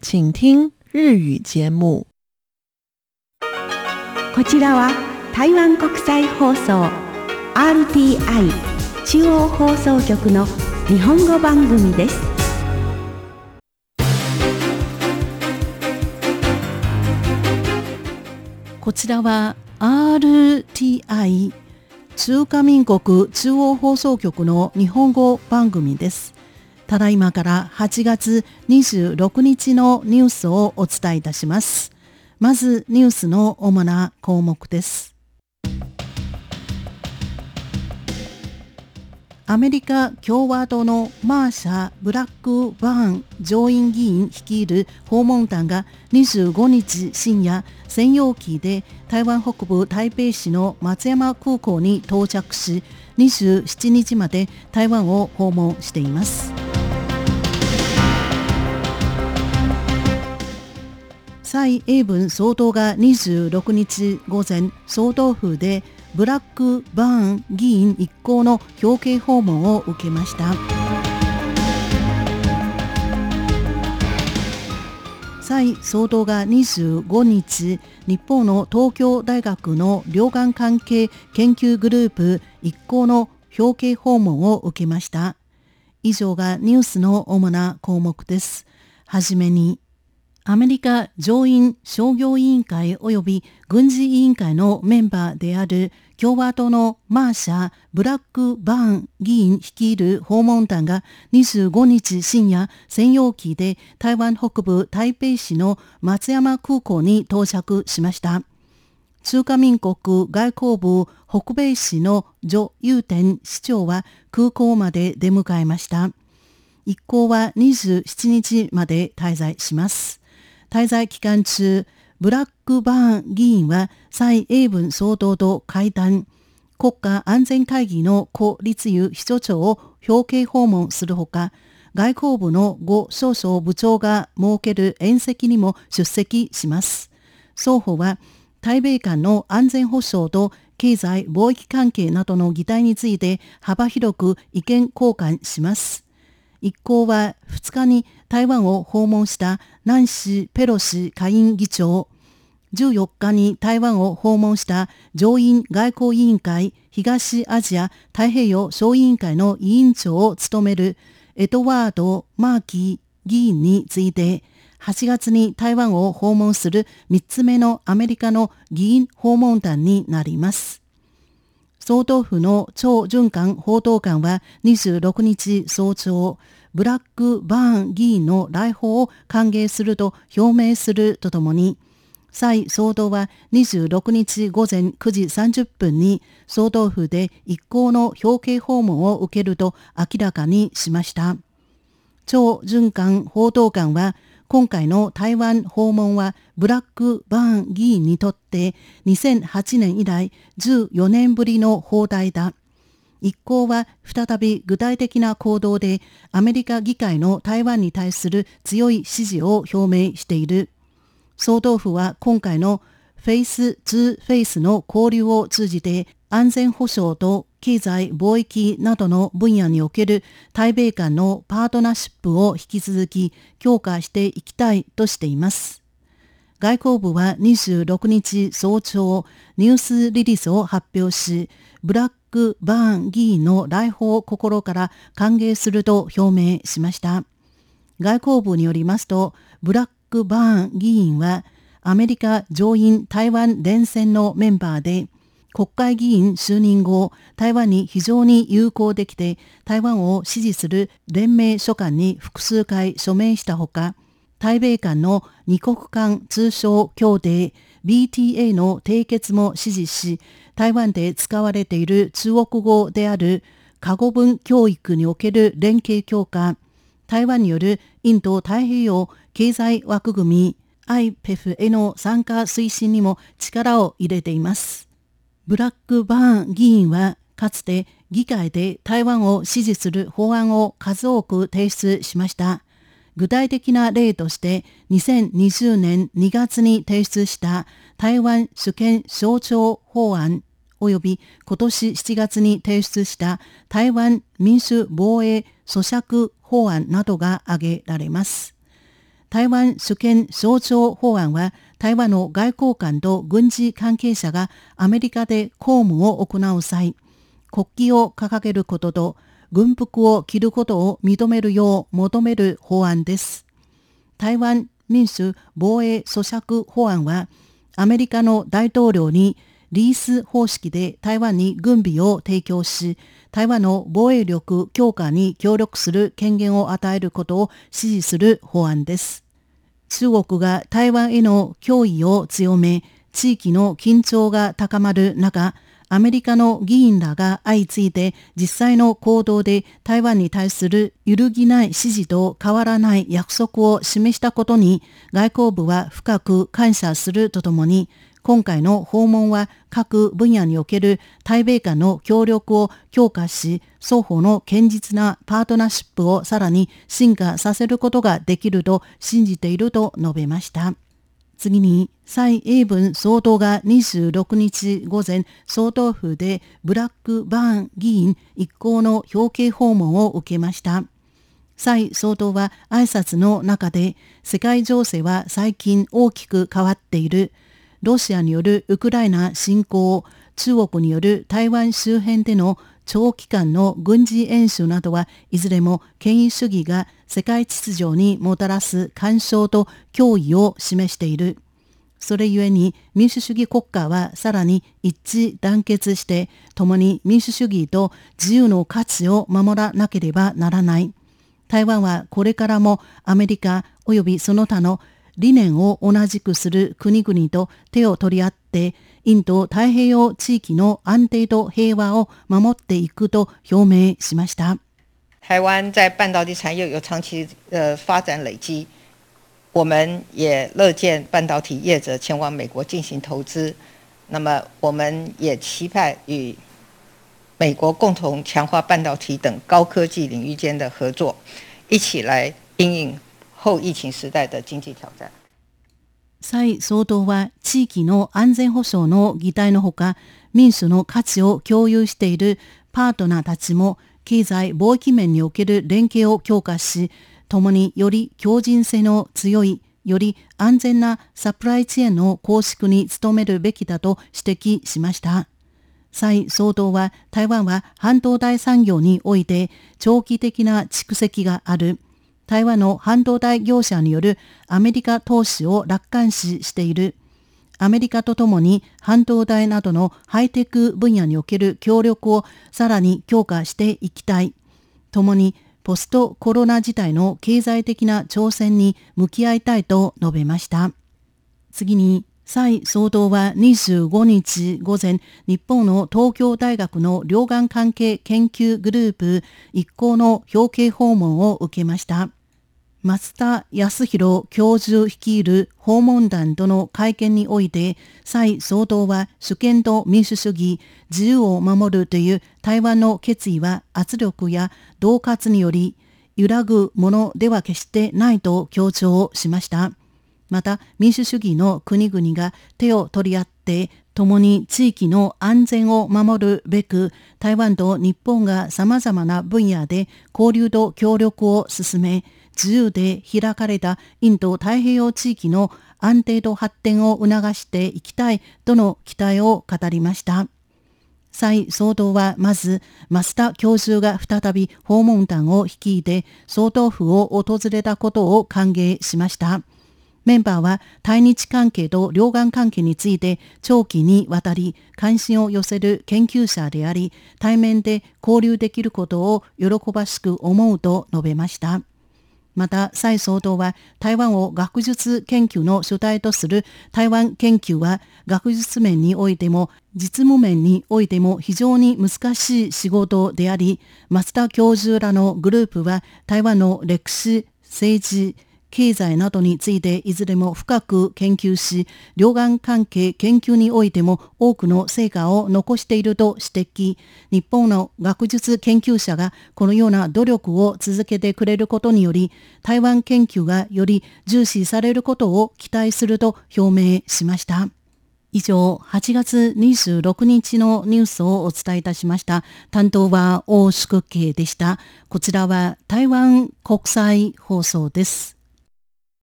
请听日语节目。 こちらは台湾国際放送 RTI 中央放送局の日本語番組です。 こちらは RTI 中華民国中央放送局の日本語番組です。ただいまから8月26日のニュースをお伝えいたします。まずニュースの主な項目です。アメリカ共和党のマーシャ・ブラックバーン上院議員率いる訪問団が25日深夜、専用機で台湾北部台北市の松山空港に到着し、27日まで台湾を訪問しています。蔡英文総統が26日午前、総統府でブラックバーン議員一行の表敬訪問を受けました。蔡総統が25日、日本の東京大学の両岸関係研究グループ一行の表敬訪問を受けました。以上がニュースの主な項目です。はじめに、アメリカ上院商業委員会及び軍事委員会のメンバーである共和党のマーシャ・ブラックバーン議員率いる訪問団が25日深夜、専用機で台湾北部台北市の松山空港に到着しました。中華民国外交部北米市の徐祐天市長は空港まで出迎えました。一行は27日まで滞在します。滞在期間中、ブラックバーン議員は蔡英文総統と会談、国家安全会議の顧立雄秘書長を表敬訪問するほか、外交部の呉少将部長が設ける宴席にも出席します。双方は台米間の安全保障と経済貿易関係などの議題について幅広く意見交換します。一行は2日に台湾を訪問したナンシー・ペロシ下院議長、14日に台湾を訪問した上院外交委員会東アジア太平洋小委員会の委員長を務めるエドワード・マーキー議員に次いて、8月に台湾を訪問する3つ目のアメリカの議員訪問団になります。総統府の張俊官報道官は26日早朝、ブラックバーン議員の来訪を歓迎すると表明するとともに、蔡総統は26日午前9時30分に総統府で一行の表敬訪問を受けると明らかにしました。張俊官報道官は、今回の台湾訪問はブラックバーン議員にとって2008年以来14年ぶりの訪台だ。一行は再び具体的な行動でアメリカ議会の台湾に対する強い支持を表明している。総統府は今回のフェイス2フェイスの交流を通じて安全保障と経済貿易などの分野における台米間のパートナーシップを引き続き強化していきたいとしています。外交部は26日早朝ニュースリリースを発表し、ブラックバーン議員の来訪を心から歓迎すると表明しました。外交部によりますと、ブラックバーン議員はアメリカ上院台湾連戦のメンバーで、国会議員就任後、台湾に非常に友好できて、台湾を支持する連盟書簡に複数回署名したほか、台米間の二国間通商協定 BTA の締結も支持し、台湾で使われている中国語である過語文教育における連携強化、台湾によるインド太平洋経済枠組み IPEF への参加推進にも力を入れています。ブラックバーン議員はかつて議会で台湾を支持する法案を数多く提出しました。具体的な例として2020年2月に提出した台湾主権象徴法案及び今年7月に提出した台湾民主防衛咀嚼法案などが挙げられます。 台湾主権象徴法案は、台湾の外交官と軍事関係者がアメリカで公務を行う際、国旗を掲げることと軍服を着ることを認めるよう求める法案です。台湾民主防衛租借法案は、アメリカの大統領にリース方式で台湾に軍備を提供し、台湾の防衛力強化に協力する権限を与えることを支持する法案です。中国が台湾への脅威を強め、地域の緊張が高まる中、アメリカの議員らが相次いで実際の行動で台湾に対する揺るぎない支持と変わらない約束を示したことに、外交部は深く感謝するとともに、今回の訪問は各分野における台米間の協力を強化し、双方の堅実なパートナーシップをさらに進化させることができると信じていると述べました。次に、蔡英文総統が26日午前、総統府でブラックバーン議員一行の表敬訪問を受けました。蔡総統は挨拶の中で、世界情勢は最近大きく変わっている。ロシアによるウクライナ侵攻、中国による台湾周辺での長期間の軍事演習などはいずれも権威主義が世界秩序にもたらす干渉と脅威を示している。それゆえに民主主義国家はさらに一致団結して共に民主主義と自由の価値を守らなければならない。台湾はこれからもアメリカ及びその他の理念を同じくする国々と手を取り合ってインド太平洋地域の安定と平和を守っていくと表明しました。 台湾在半導體產業有長期發展累積，我們也樂見半導體業者前往美國進行投資。那麼我們也期盼與美國共同強化半導體等高科技領域間的合作，一起來因應後疫情時代的經濟挑戰。 蔡総統は地域の安全保障の議題のほか、民主の価値を共有しているパートナーたちも経済貿易面における連携を強化し、共により強靭性の強い、より安全なサプライチェーンの構築に努めるべきだと指摘しました。蔡総統は台湾は半導体産業において長期的な蓄積がある。台湾の半導体業者によるアメリカ投資を楽観視している。アメリカとともに半導体などのハイテク分野における協力をさらに強化していきたい。共にポストコロナ時代の経済的な挑戦に向き合いたいと述べました。次に、蔡総統は25日午前、日本の東京大学の両岸関係研究グループ一行の表敬訪問を受けました。松田康弘教授率いる訪問団との会見において、蔡総統は主権と民主主義、自由を守るという台湾の決意は圧力や恫喝により揺らぐものでは決してないと強調しました。また民主主義の国々が手を取り合って共に地域の安全を守るべく、台湾と日本がさまざまな分野で交流と協力を進め、自由で開かれたインド太平洋地域の安定と発展を促していきたいとの期待を語りました。蔡総統はまず増田教授が再び訪問団を率いて総統府を訪れたことを歓迎しました。メンバーは対日関係と両岸関係について長期にわたり関心を寄せる研究者であり、対面で交流できることを喜ばしく思うと述べました。また蔡総統は台湾を学術研究の主体とする台湾研究は学術面においても実務面においても非常に難しい仕事であり、増田教授らのグループは台湾の歴史、政治、経済などについていずれも深く研究し、両岸関係研究においても多くの成果を残していると指摘。日本の学術研究者がこのような努力を続けてくれることにより、台湾研究がより重視されることを期待すると表明しました。以上、8月26日のニュースをお伝えいたしました。担当は大宿慶でした。こちらは台湾国際放送です。